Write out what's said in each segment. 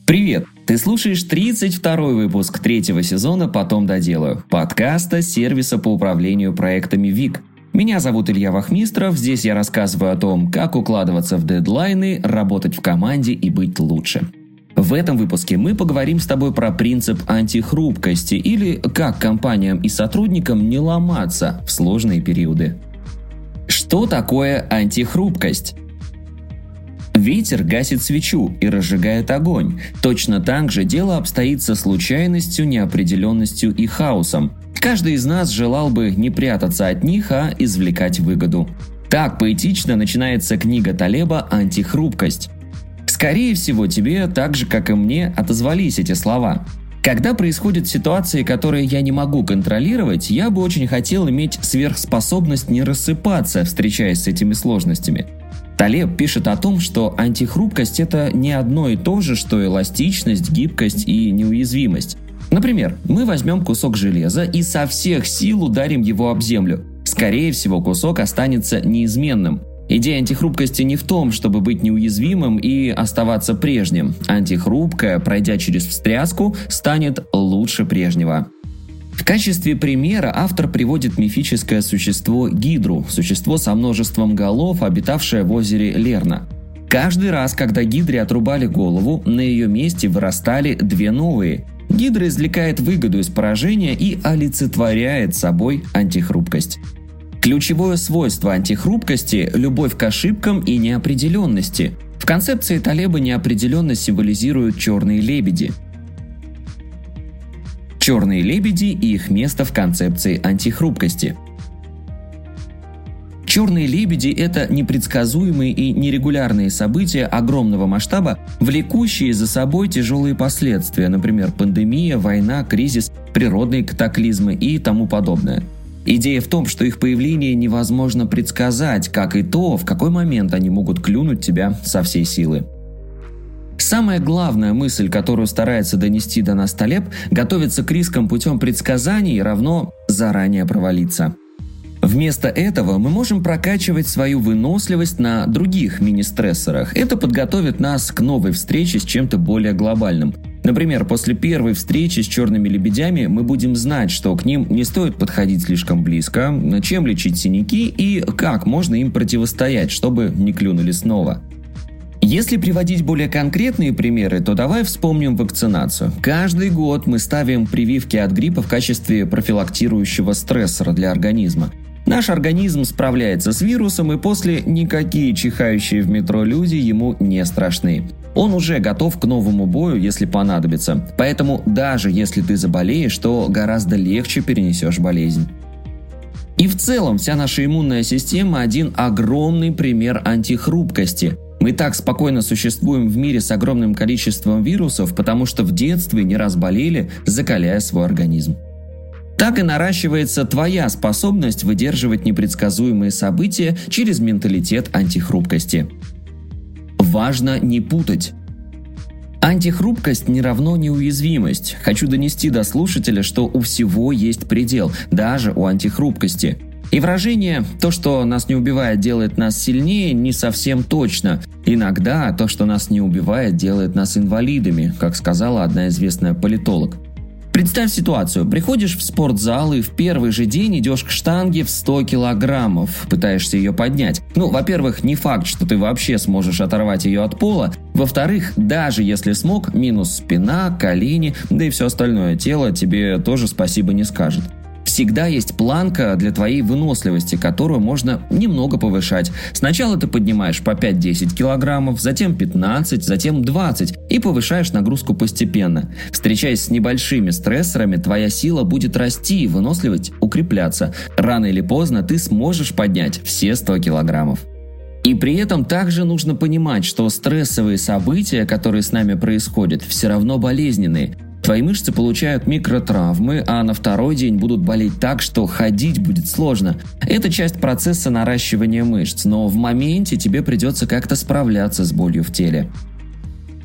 Привет! Ты слушаешь 32-й выпуск 3-го сезона «Потом доделаю» подкаста сервиса по управлению проектами ВИК. Меня зовут Илья Вахмистров, здесь я рассказываю о том, как укладываться в дедлайны, работать в команде и быть лучше. В этом выпуске мы поговорим с тобой про принцип антихрупкости или как компаниям и сотрудникам не ломаться в сложные периоды. Что такое антихрупкость? Ветер гасит свечу и разжигает огонь. Точно так же дело обстоит со случайностью, неопределенностью и хаосом. Каждый из нас желал бы не прятаться от них, а извлекать выгоду. Так поэтично начинается книга Талеба «Антихрупкость». Скорее всего, тебе, так же как и мне, отозвались эти слова. Когда происходят ситуации, которые я не могу контролировать, я бы очень хотел иметь сверхспособность не рассыпаться, встречаясь с этими сложностями. Талеб пишет о том, что антихрупкость – это не одно и то же, что эластичность, гибкость и неуязвимость. Например, мы возьмем кусок железа и со всех сил ударим его об землю. Скорее всего, кусок останется неизменным. Идея антихрупкости не в том, чтобы быть неуязвимым и оставаться прежним. Антихрупкое, пройдя через встряску, станет лучше прежнего. В качестве примера автор приводит мифическое существо Гидру, существо со множеством голов, обитавшее в озере Лерна. Каждый раз, когда Гидре отрубали голову, на ее месте вырастали две новые. Гидра извлекает выгоду из поражения и олицетворяет собой антихрупкость. Ключевое свойство антихрупкости – любовь к ошибкам и неопределенности. В концепции Талеба неопределенность символизируют черные лебеди. Черные лебеди и их место в концепции антихрупкости. Черные лебеди – это непредсказуемые и нерегулярные события огромного масштаба, влекущие за собой тяжелые последствия, например, пандемия, война, кризис, природные катаклизмы и тому подобное. Идея в том, что их появление невозможно предсказать, как и то, в какой момент они могут клюнуть тебя со всей силы. Самая главная мысль, которую старается донести до нас Талеб, готовиться к рискам путем предсказаний равно заранее провалиться. Вместо этого мы можем прокачивать свою выносливость на других мини-стрессорах. Это подготовит нас к новой встрече с чем-то более глобальным. Например, после первой встречи с черными лебедями мы будем знать, что к ним не стоит подходить слишком близко, чем лечить синяки и как можно им противостоять, чтобы не клюнули снова. Если приводить более конкретные примеры, то давай вспомним вакцинацию. Каждый год мы ставим прививки от гриппа в качестве профилактирующего стрессора для организма. Наш организм справляется с вирусом, и после никакие чихающие в метро люди ему не страшны. Он уже готов к новому бою, если понадобится. Поэтому даже если ты заболеешь, то гораздо легче перенесешь болезнь. И в целом вся наша иммунная система – один огромный пример антихрупкости. Мы так спокойно существуем в мире с огромным количеством вирусов, потому что в детстве не раз болели, закаляя свой организм. Так и наращивается твоя способность выдерживать непредсказуемые события через менталитет антихрупкости. Важно не путать. Антихрупкость не равно неуязвимость. Хочу донести до слушателя, что у всего есть предел, даже у антихрупкости. И выражение «то, что нас не убивает, делает нас сильнее» не совсем точно. Иногда то, что нас не убивает, делает нас инвалидами, как сказала одна известная политолог. Представь ситуацию. Приходишь в спортзал и в первый же день идешь к штанге в 100 килограммов, пытаешься ее поднять. Во-первых, не факт, что ты вообще сможешь оторвать ее от пола. Во-вторых, даже если смог, минус спина, колени, да и все остальное тело тебе тоже спасибо не скажет. Всегда есть планка для твоей выносливости, которую можно немного повышать. Сначала ты поднимаешь по 5-10 килограммов, затем 15, затем 20 и повышаешь нагрузку постепенно. Встречаясь с небольшими стрессорами, твоя сила будет расти и выносливость укрепляться. Рано или поздно ты сможешь поднять все 100 килограммов. И при этом также нужно понимать, что стрессовые события, которые с нами происходят, все равно болезненные. Твои мышцы получают микротравмы, а на второй день будут болеть так, что ходить будет сложно. Это часть процесса наращивания мышц, но в моменте тебе придется как-то справляться с болью в теле.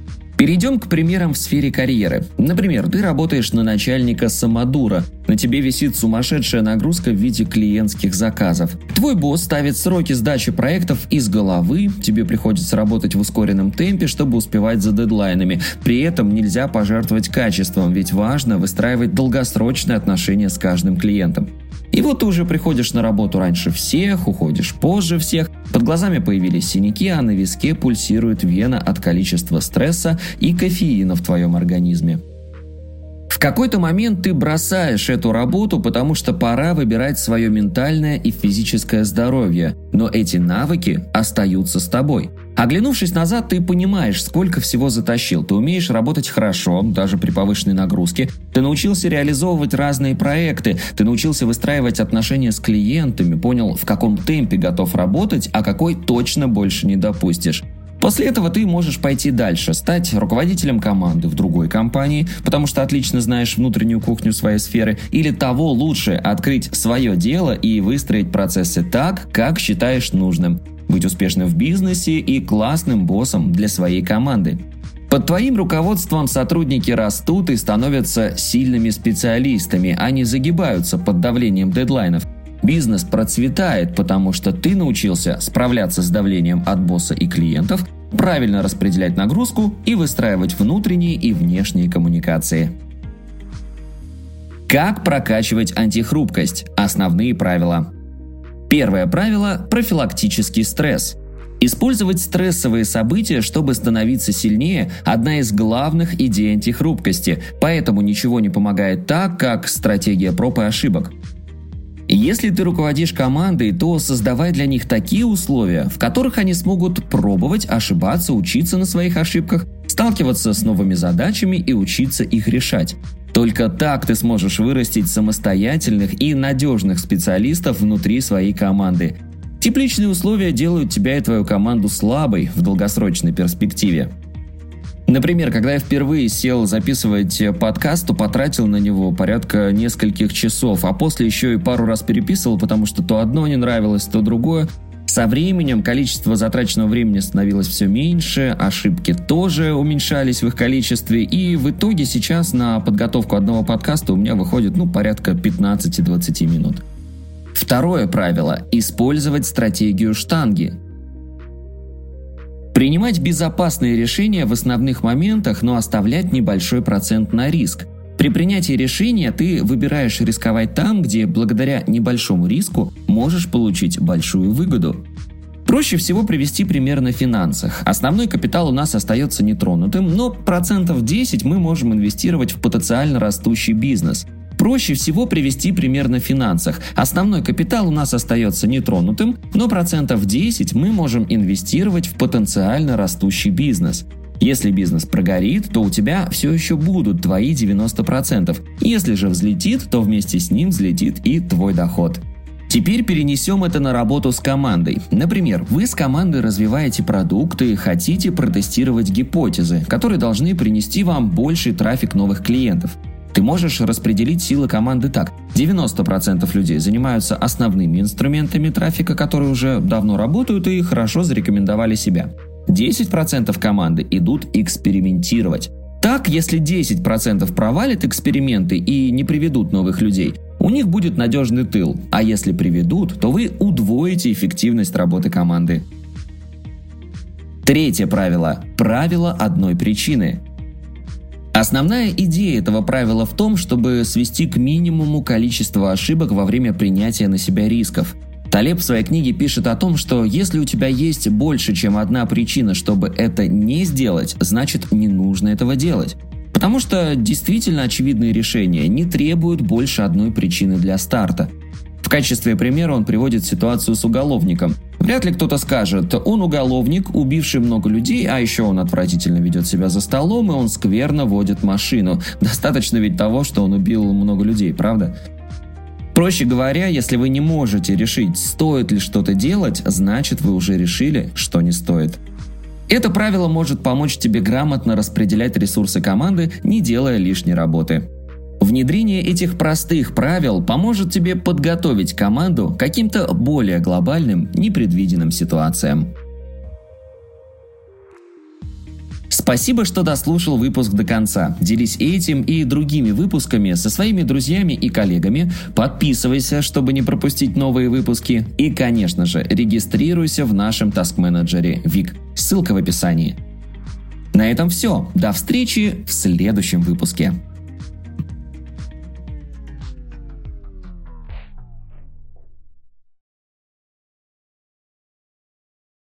Перейдем к примерам в сфере карьеры. Например, ты работаешь на начальника-самодура, на тебе висит сумасшедшая нагрузка в виде клиентских заказов. Твой босс ставит сроки сдачи проектов из головы, тебе приходится работать в ускоренном темпе, чтобы успевать за дедлайнами. При этом нельзя пожертвовать качеством, ведь важно выстраивать долгосрочные отношения с каждым клиентом. И вот ты уже приходишь на работу раньше всех, уходишь позже всех, под глазами появились синяки, а на виске пульсирует вена от количества стресса и кофеина в твоем организме. В какой-то момент ты бросаешь эту работу, потому что пора выбирать свое ментальное и физическое здоровье, но эти навыки остаются с тобой. Оглянувшись назад, ты понимаешь, сколько всего затащил. Ты умеешь работать хорошо, даже при повышенной нагрузке. Ты научился реализовывать разные проекты. Ты научился выстраивать отношения с клиентами, понял, в каком темпе готов работать, а какой точно больше не допустишь. После этого ты можешь пойти дальше, стать руководителем команды в другой компании, потому что отлично знаешь внутреннюю кухню своей сферы, или того лучше открыть свое дело и выстроить процессы так, как считаешь нужным. Быть успешным в бизнесе и классным боссом для своей команды. Под твоим руководством сотрудники растут и становятся сильными специалистами, а не загибаются под давлением дедлайнов. Бизнес процветает, потому что ты научился справляться с давлением от босса и клиентов, правильно распределять нагрузку и выстраивать внутренние и внешние коммуникации. Как прокачивать антихрупкость? Основные правила. Первое правило – профилактический стресс. Использовать стрессовые события, чтобы становиться сильнее – одна из главных идей антихрупкости, поэтому ничего не помогает так, как стратегия проб и ошибок. Если ты руководишь командой, то создавай для них такие условия, в которых они смогут пробовать, ошибаться, учиться на своих ошибках, сталкиваться с новыми задачами и учиться их решать. Только так ты сможешь вырастить самостоятельных и надежных специалистов внутри своей команды. Тепличные условия делают тебя и твою команду слабой в долгосрочной перспективе. Например, когда я впервые сел записывать подкаст, то потратил на него порядка нескольких часов, а после еще и пару раз переписывал, потому что то одно не нравилось, то другое. Со временем количество затраченного времени становилось все меньше, ошибки тоже уменьшались в их количестве, и в итоге сейчас на подготовку одного подкаста у меня выходит порядка 15-20 минут. Второе правило – использовать стратегию штанги. Принимать безопасные решения в основных моментах, но оставлять небольшой процент на риск. При принятии решения ты выбираешь рисковать там, где благодаря небольшому риску можешь получить большую выгоду. Проще всего привести пример на финансах. Основной капитал у нас остается нетронутым, но 10% мы можем инвестировать в потенциально растущий бизнес. Проще всего привести пример на финансах. Основной капитал у нас остается нетронутым, но 10% мы можем инвестировать в потенциально растущий бизнес. Если бизнес прогорит, то у тебя все еще будут твои 90%. Если же взлетит, то вместе с ним взлетит и твой доход. Теперь перенесем это на работу с командой. Например, вы с командой развиваете продукты и хотите протестировать гипотезы, которые должны принести вам больший трафик новых клиентов. Ты можешь распределить силы команды так. 90% людей занимаются основными инструментами трафика, которые уже давно работают и хорошо зарекомендовали себя. 10% команды идут экспериментировать. Так, если 10% провалят эксперименты и не приведут новых людей, у них будет надежный тыл, а если приведут, то вы удвоите эффективность работы команды. Третье правило – правило одной причины. Основная идея этого правила в том, чтобы свести к минимуму количество ошибок во время принятия на себя рисков. Талеб в своей книге пишет о том, что если у тебя есть больше, чем одна причина, чтобы это не сделать, значит не нужно этого делать. Потому что действительно очевидные решения не требуют больше одной причины для старта. В качестве примера он приводит ситуацию с уголовником. Вряд ли кто-то скажет, он уголовник, убивший много людей, а еще он отвратительно ведет себя за столом, и он скверно водит машину. Достаточно ведь того, что он убил много людей, правда? Проще говоря, если вы не можете решить, стоит ли что-то делать, значит вы уже решили, что не стоит. Это правило может помочь тебе грамотно распределять ресурсы команды, не делая лишней работы. Внедрение этих простых правил поможет тебе подготовить команду к каким-то более глобальным, непредвиденным ситуациям. Спасибо, что дослушал выпуск до конца. Делись этим и другими выпусками со своими друзьями и коллегами. Подписывайся, чтобы не пропустить новые выпуски. И, конечно же, регистрируйся в нашем таск-менеджере Вик. Ссылка в описании. На этом все. До встречи в следующем выпуске.